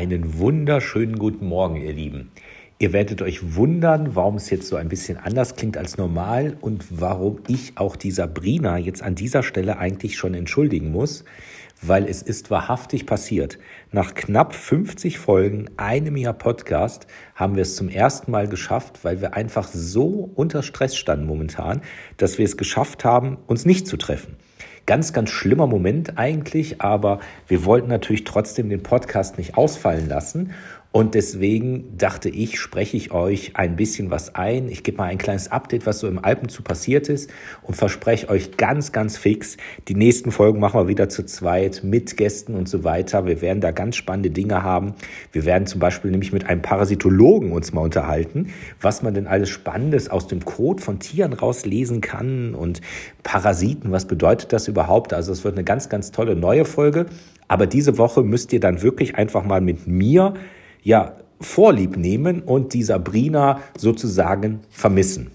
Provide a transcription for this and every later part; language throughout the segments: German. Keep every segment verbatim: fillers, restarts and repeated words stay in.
Einen wunderschönen guten Morgen, ihr Lieben. Ihr werdet euch wundern, warum es jetzt so ein bisschen anders klingt als normal und warum ich auch die Sabrina jetzt an dieser Stelle eigentlich schon entschuldigen muss, weil es ist wahrhaftig passiert. Nach knapp fünfzig Folgen, einem Jahr Podcast, haben wir es zum ersten Mal geschafft, weil wir einfach so unter Stress standen momentan, dass wir es geschafft haben, uns nicht zu treffen. Ganz, ganz schlimmer Moment eigentlich, aber wir wollten natürlich trotzdem den Podcast nicht ausfallen lassen. Und deswegen dachte ich, spreche ich euch ein bisschen was ein. Ich gebe mal ein kleines Update, was so im Alpenzoo passiert ist und verspreche euch ganz, ganz fix, die nächsten Folgen machen wir wieder zu zweit mit Gästen und so weiter. Wir werden da ganz spannende Dinge haben. Wir werden zum Beispiel nämlich mit einem Parasitologen uns mal unterhalten, was man denn alles Spannendes aus dem Kot von Tieren rauslesen kann und Parasiten, was bedeutet das überhaupt? Also es wird eine ganz, ganz tolle neue Folge. Aber diese Woche müsst ihr dann wirklich einfach mal mit mir ja, Vorlieb nehmen und die Sabrina sozusagen vermissen.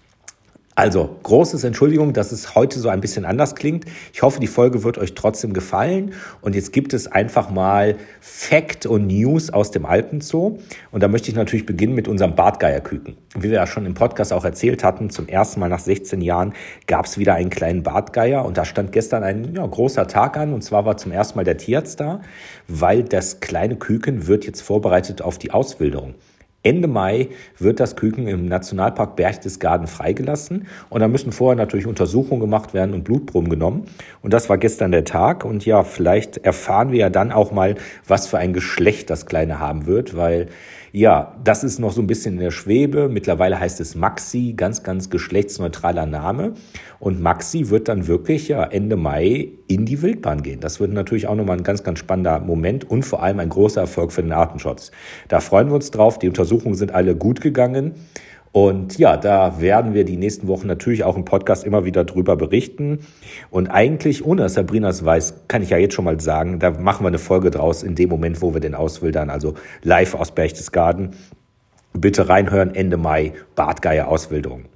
Also, großes Entschuldigung, dass es heute so ein bisschen anders klingt. Ich hoffe, die Folge wird euch trotzdem gefallen. Und jetzt gibt es einfach mal Fact und News aus dem Alpenzoo. Und da möchte ich natürlich beginnen mit unserem Bartgeierküken. Wie wir ja schon im Podcast auch erzählt hatten, zum ersten Mal nach sechzehn Jahren gab es wieder einen kleinen Bartgeier. Und da stand gestern ein ja, großer Tag an. Und zwar war zum ersten Mal der Tierarzt da, weil das kleine Küken wird jetzt vorbereitet auf die Auswilderung. Ende Mai wird das Küken im Nationalpark Berchtesgaden freigelassen und da müssen vorher natürlich Untersuchungen gemacht werden und Blutproben genommen. Und das war gestern der Tag und ja, vielleicht erfahren wir ja dann auch mal, was für ein Geschlecht das Kleine haben wird, weil ja, das ist noch so ein bisschen in der Schwebe. Mittlerweile heißt es Maxi, ganz, ganz geschlechtsneutraler Name. Und Maxi wird dann wirklich ja Ende Mai in die Wildbahn gehen. Das wird natürlich auch nochmal ein ganz, ganz spannender Moment und vor allem ein großer Erfolg für den Artenschutz. Da freuen wir uns drauf. Die Untersuchungen sind alle gut gegangen. Und ja, da werden wir die nächsten Wochen natürlich auch im Podcast immer wieder drüber berichten. Und eigentlich, ohne dass Sabrina es weiß, kann ich ja jetzt schon mal sagen, da machen wir eine Folge draus in dem Moment, wo wir den auswildern, also live aus Berchtesgaden. Bitte reinhören, Ende Mai, Bartgeier-Auswilderung.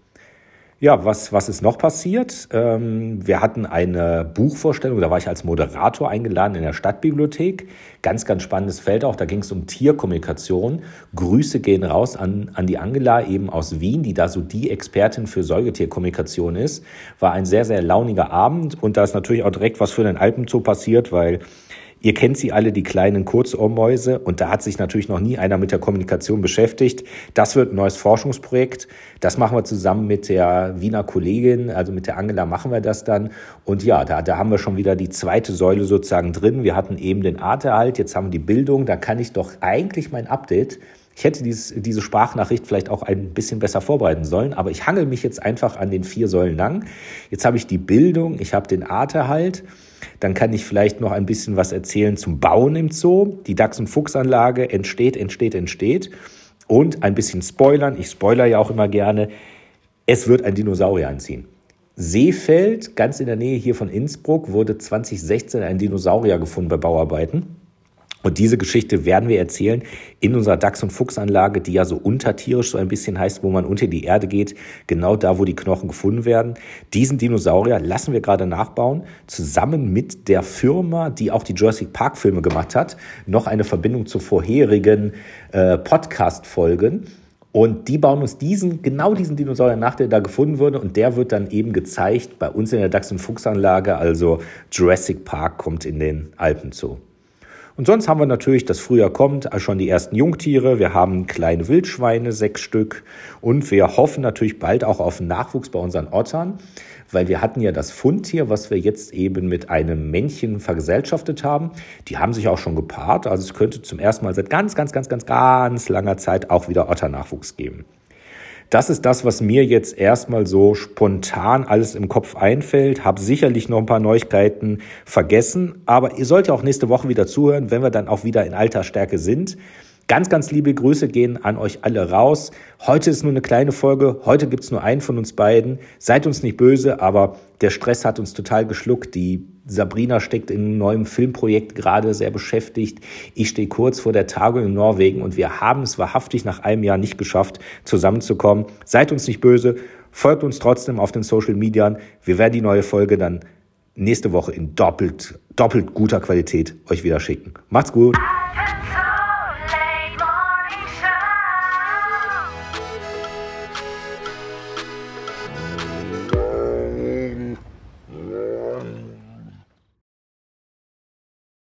Ja, was, was ist noch passiert? Ähm, wir hatten eine Buchvorstellung, da war ich als Moderator eingeladen in der Stadtbibliothek. Ganz, ganz spannendes Feld auch, da ging es um Tierkommunikation. Grüße gehen raus an, an die Angela eben aus Wien, die da so die Expertin für Säugetierkommunikation ist. War ein sehr, sehr launiger Abend und da ist natürlich auch direkt was für den Alpenzoo passiert, weil ihr kennt sie alle, die kleinen Kurzohrmäuse, und da hat sich natürlich noch nie einer mit der Kommunikation beschäftigt. Das wird ein neues Forschungsprojekt. Das machen wir zusammen mit der Wiener Kollegin, also mit der Angela machen wir das dann. Und ja, da, da haben wir schon wieder die zweite Säule sozusagen drin. Wir hatten eben den Arterhalt, jetzt haben wir die Bildung. Da kann ich doch eigentlich mein Update, ich hätte dieses, diese Sprachnachricht vielleicht auch ein bisschen besser vorbereiten sollen, aber ich hangel mich jetzt einfach an den vier Säulen lang. Jetzt habe ich die Bildung, ich habe den Arterhalt. Dann kann ich vielleicht noch ein bisschen was erzählen zum Bauen im Zoo. Die Dachs- und Fuchsanlage entsteht, entsteht, entsteht. Und ein bisschen spoilern. Ich spoiler ja auch immer gerne. Es wird ein Dinosaurier anziehen. Seefeld, ganz in der Nähe hier von Innsbruck, wurde zwanzig sechzehn ein Dinosaurier gefunden bei Bauarbeiten. Und diese Geschichte werden wir erzählen in unserer Dachs- und Fuchsanlage, die ja so untertierisch so ein bisschen heißt, wo man unter die Erde geht, genau da, wo die Knochen gefunden werden. Diesen Dinosaurier lassen wir gerade nachbauen, zusammen mit der Firma, die auch die Jurassic Park-Filme gemacht hat, noch eine Verbindung zu vorherigen äh, Podcast-Folgen. Und die bauen uns diesen, genau diesen Dinosaurier nach, der da gefunden wurde. Und der wird dann eben gezeigt bei uns in der Dachs- und Fuchsanlage. Also Jurassic Park kommt in den Alpenzoo. Und sonst haben wir natürlich, das Frühjahr kommt, schon die ersten Jungtiere. Wir haben kleine Wildschweine, sechs Stück. Und wir hoffen natürlich bald auch auf Nachwuchs bei unseren Ottern, weil wir hatten ja das Fundtier, was wir jetzt eben mit einem Männchen vergesellschaftet haben. Die haben sich auch schon gepaart. Also es könnte zum ersten Mal seit ganz, ganz, ganz, ganz, ganz langer Zeit auch wieder Otternachwuchs geben. Das ist das, was mir jetzt erstmal so spontan alles im Kopf einfällt. Hab sicherlich noch ein paar Neuigkeiten vergessen, aber ihr sollt ja auch nächste Woche wieder zuhören, wenn wir dann auch wieder in alter Stärke sind. Ganz, ganz liebe Grüße gehen an euch alle raus. Heute ist nur eine kleine Folge. Heute gibt's nur einen von uns beiden. Seid uns nicht böse, aber der Stress hat uns total geschluckt. Die Sabrina steckt in einem neuen Filmprojekt gerade sehr beschäftigt. Ich stehe kurz vor der Tagung in Norwegen und wir haben es wahrhaftig nach einem Jahr nicht geschafft, zusammenzukommen. Seid uns nicht böse. Folgt uns trotzdem auf den Social Medien. Wir werden die neue Folge dann nächste Woche in doppelt, doppelt guter Qualität euch wieder schicken. Macht's gut.